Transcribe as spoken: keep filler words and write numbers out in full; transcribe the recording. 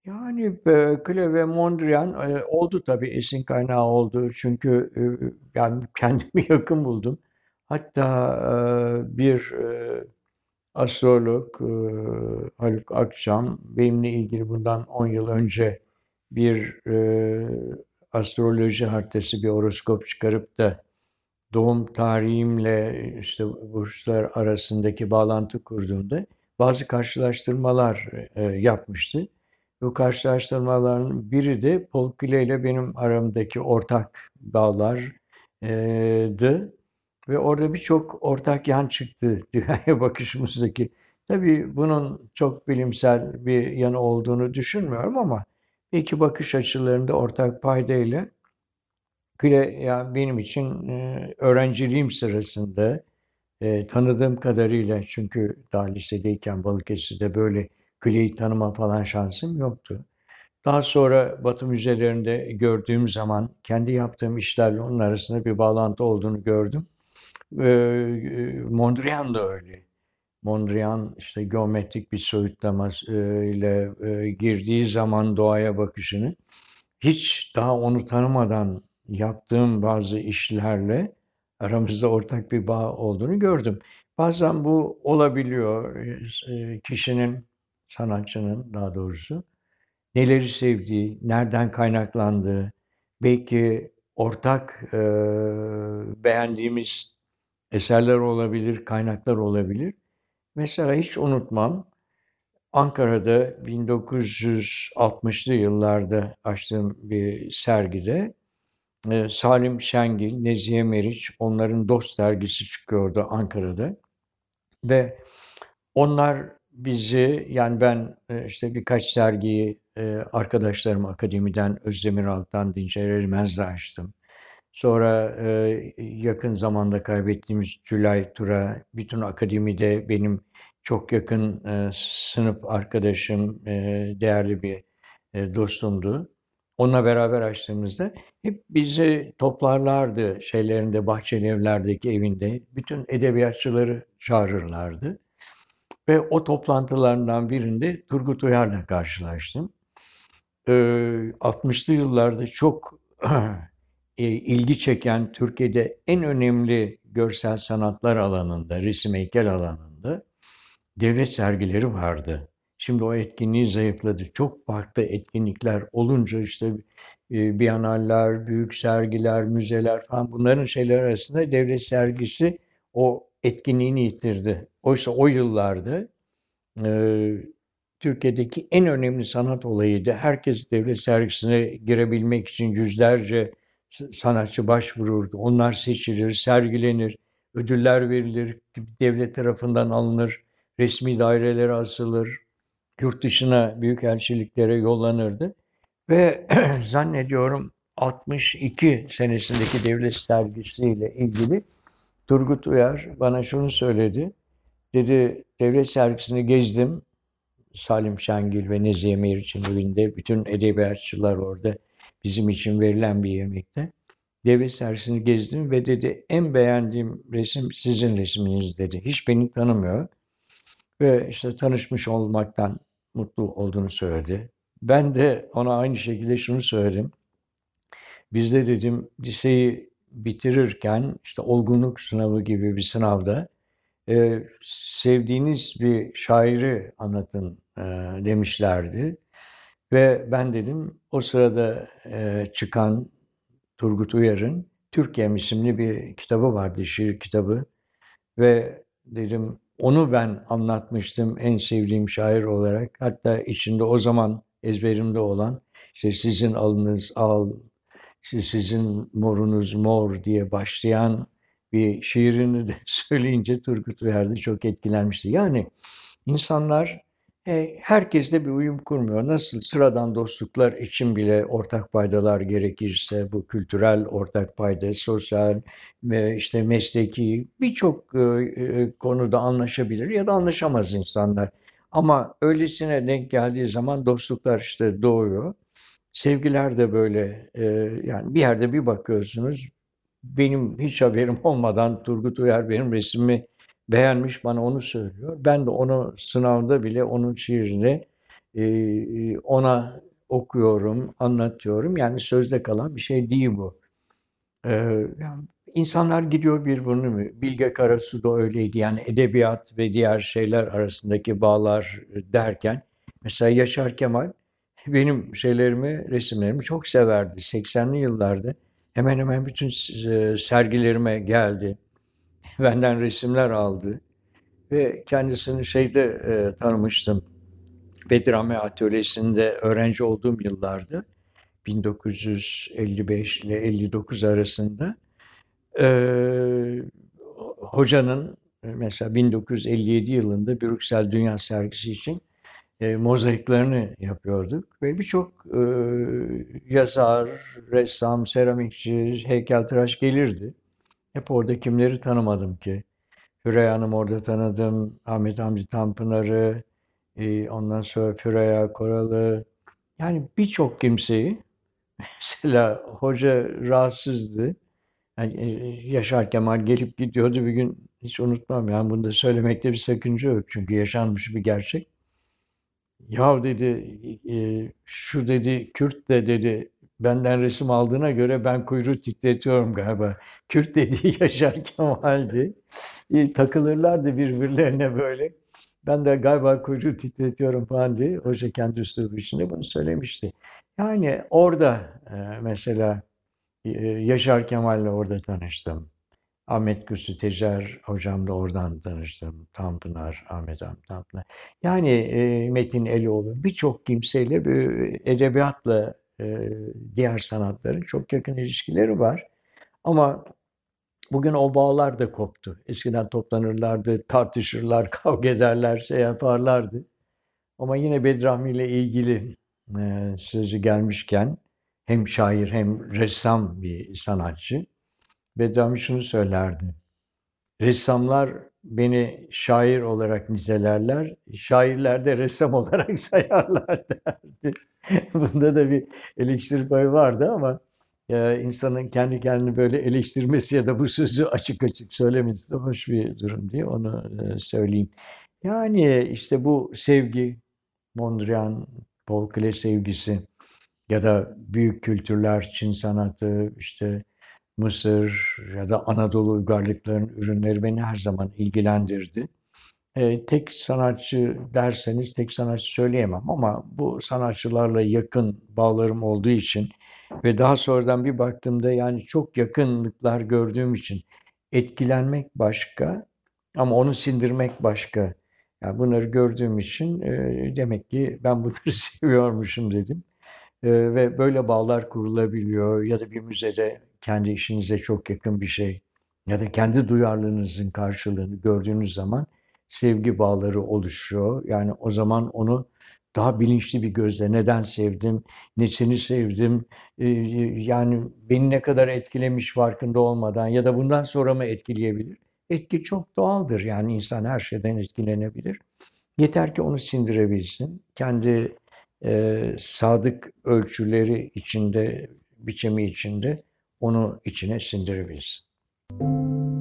Yani, eee, Klee ve Mondrian, eee, oldu tabii, esin kaynağı oldu. Çünkü, ııı, yani, kendimi yakın buldum. Hatta, eee, bir, eee, astrolog, ııı, Haluk Akçam benimle ilgili bundan on yıl önce bir, eee, astroloji haritası, bir horoskop çıkarıp da doğum tarihimle, işte, burçlar arasındaki bağlantı kurduğunda bazı karşılaştırmalar, eee, yapmıştı. Bu karşılaştırmaların biri de Paul Klee ile benim aramdaki ortak bağlar eee, dı ve orada birçok ortak yan çıktı dünyaya bakışımızdaki. Tabii bunun çok bilimsel bir yanı olduğunu düşünmüyorum ama belki bakış açılarında ortak paydayla Klee, ya, benim için, eee, öğrenciliğim sırasında, eee, tanıdığım kadarıyla çünkü daha lisedeyken Balıkesir'de böyle Klee'yi tanıma falan şansım yoktu. Daha sonra Batı müzelerinde gördüğüm zaman kendi yaptığım işlerle onun arasında bir bağlantı olduğunu gördüm. Eee, Mondrian da öyle. Mondrian, işte, geometrik bir soyutlama ile eee, girdiği zaman doğaya bakışını hiç daha onu tanımadan yaptığım bazı işlerle aramızda ortak bir bağ olduğunu gördüm. Bazen bu olabiliyor. Eee, kişinin, sanatçının daha doğrusu neleri sevdiği, nereden kaynaklandığı, belki ortak, eee, beğendiğimiz eserler olabilir, kaynaklar olabilir. Mesela hiç unutmam, Ankara'da bin dokuz yüz altmışlı yıllarda açtığım bir sergide, eee, Salim Şengil, Nezihe Meriç, onların Dost dergisi çıkıyordu Ankara'da ve onlar bizi, yani ben, eee, işte birkaç sergiyi, eee, arkadaşlarım akademiden Özdemir Altan, Dinçer Erimenz'le açtım. Sonra, eee, yakın zamanda kaybettiğimiz Tülay Tura, bütün akademide benim çok yakın, eee, sınıf arkadaşım, eee, değerli bir, eee, dostumdu. Onunla beraber açtığımızda hep bizi toplarlardı şeylerinde, Bahçelievler'deki evinde. Bütün edebiyatçıları çağırırlardı ve o toplantılarından birinde Turgut Uyar'la karşılaştım. Eee, altmışlı yıllarda çok eee, ilgi çeken, Türkiye'de en önemli görsel sanatlar alanında, resim heykel alanında devlet sergileri vardı. Şimdi o etkinliği zayıfladı. Çok farklı etkinlikler olunca işte eee, biyenaller, büyük sergiler, müzeler falan bunların şeyler arasında devlet sergisi o etkinliğini yitirdi. Oysa o yıllarda Eee, Türkiye'deki en önemli sanat olayıydı. Herkes devlet sergisine girebilmek için yüzlerce s sanatçı başvururdu. Onlar seçilir, sergilenir, ödüller verilir, devlet tarafından alınır, resmi dairelere asılır, yurt dışına büyükelçiliklere yollanırdı ve zannediyorum altmış iki senesindeki devlet sergisiyle ilgili Turgut Uyar bana şunu söyledi. Dedi, devlet sergisini gezdim. Salim Şengil ve Nezihe Meriç'in evinde. Bütün edebiyatçılar orada bizim için verilen bir yemekte. Devlet sergisini gezdim ve dedi en beğendiğim resim sizin resminiz dedi. Hiç beni tanımıyor ve işte tanışmış olmaktan mutlu olduğunu söyledi. Ben de ona aynı şekilde şunu söyledim. Biz de dedim liseyi bitirirken işte olgunluk sınavı gibi bir sınavda Eee, sevdiğiniz bir şairi anlatın eee, demişlerdi. Ve ben dedim o sırada eee, çıkan Turgut Uyar'ın Türkiye'm isimli bir kitabı vardı, şiir kitabı. Ve dedim onu ben anlatmıştım en sevdiğim şair olarak. Hatta içinde o zaman ezberimde olan işte sizin alınız al, sizin morunuz mor diye başlayan bir şiirini de söyleyince Turgut Uyar da çok etkilenmişti. Yani insanlar e, herkesle bir uyum kurmuyor. Nasıl sıradan dostluklar için bile ortak paydalar gerekirse bu kültürel ortak payda, sosyal ve işte mesleki birçok e, e, konuda anlaşabilir ya da anlaşamaz insanlar. Ama öylesine denk geldiği zaman dostluklar işte doğuyor. Sevgiler de böyle, eee, yani bir yerde bir bakıyorsunuz, benim hiç haberim olmadan Turgut Uyar benim resmimi beğenmiş, bana onu söylüyor. Ben de onu sınavda bile onun şiirini eee, ona okuyorum, anlatıyorum. Yani sözde kalan bir şey değil bu. Ee, yani insanlar gidiyor birbirini. Bilge Karasu da öyleydi. Yani edebiyat ve diğer şeyler arasındaki bağlar derken mesela Yaşar Kemal benim şeylerimi, resimlerimi çok severdi. seksenli yıllarda hemen hemen bütün e, sergilerime geldi. Benden resimler aldı ve kendisini şeyde e, tanımıştım. Bedirame Atölyesi'nde öğrenci olduğum yıllarda bin dokuz yüz elli beş ile elli dokuz arasında Eee, hocanın mesela bin dokuz yüz elli yedi yılında Brüksel Dünya Sergisi için e, mozaiklerini yapıyorduk ve birçok e, yazar, ressam, seramikçi, heykeltıraş gelirdi. Hep orada kimleri tanımadım ki? Füreyya Hanım orada tanıdım, Ahmet Hamdi Tanpınar'ı, e, ondan sonra Füreyya Koral'ı, yani birçok kimseyi mesela hoca rahatsızdı. Yani, e, Yaşar Kemal gelip gidiyordu bir gün hiç unutmam yani bunu da söylemekte bir sakınca yok çünkü yaşanmış bir gerçek. Ya dedi e, şu dedi Kürt de dedi benden resim aldığına göre ben kuyruğu titretiyorum galiba. Kürt dediği Yaşar Kemal'di. E, takılırlardı birbirlerine böyle. Ben de galiba kuyruğu titretiyorum falan diye. Hoca kendi üslubu içinde bunu söylemişti. Yani orada e, mesela e, Yaşar Kemal'le orada tanıştım. Ahmet Güçlü Tecer hocamla oradan tanıştım. Tanpınar, Ahmet Hamdi Tanpınar. Yani e, Metin Elioğlu birçok kimseyle bir edebiyatla e, diğer sanatların çok yakın ilişkileri var. Ama bugün o bağlar da koptu. Eskiden toplanırlardı, tartışırlar, kavga ederler, şey yaparlardı. Ama yine Bedrami ile ilgili e, sözü gelmişken hem şair hem ressam bir sanatçı. Bedrami şunu söylerdi. Ressamlar beni şair olarak nitelerler, şairler de ressam olarak sayarlar derdi. Bunda da bir eleştiri payı vardı ama e, insanın kendi kendini böyle eleştirmesi ya da bu sözü açık açık söylemesi de hoş bir durum diye onu e, söyleyeyim. Yani işte bu sevgi, Mondrian, Paul Klee sevgisi ya da büyük kültürler, Çin sanatı, işte Mısır ya da Anadolu uygarlıklarının ürünleri beni her zaman ilgilendirdi. Eee, tek sanatçı derseniz tek sanatçı söyleyemem ama bu sanatçılarla yakın bağlarım olduğu için ve daha sonradan bir baktığımda yani çok yakınlıklar gördüğüm için etkilenmek başka ama onu sindirmek başka. Yani bunları gördüğüm için eee, demek ki ben bunları seviyormuşum dedim. Eee, ve böyle bağlar kurulabiliyor ya da bir müzede kendi işinize çok yakın bir şey ya da kendi duyarlılığınızın karşılığını gördüğünüz zaman sevgi bağları oluşuyor. Yani o zaman onu daha bilinçli bir gözle neden sevdim, nesini sevdim, eee, yani beni ne kadar etkilemiş farkında olmadan ya da bundan sonra mı etkileyebilir? Etki çok doğaldır. Yani insan her şeyden etkilenebilir. Yeter ki onu sindirebilsin. Kendi e, sadık ölçüleri içinde, biçimi içinde onu içine sindirebilsin.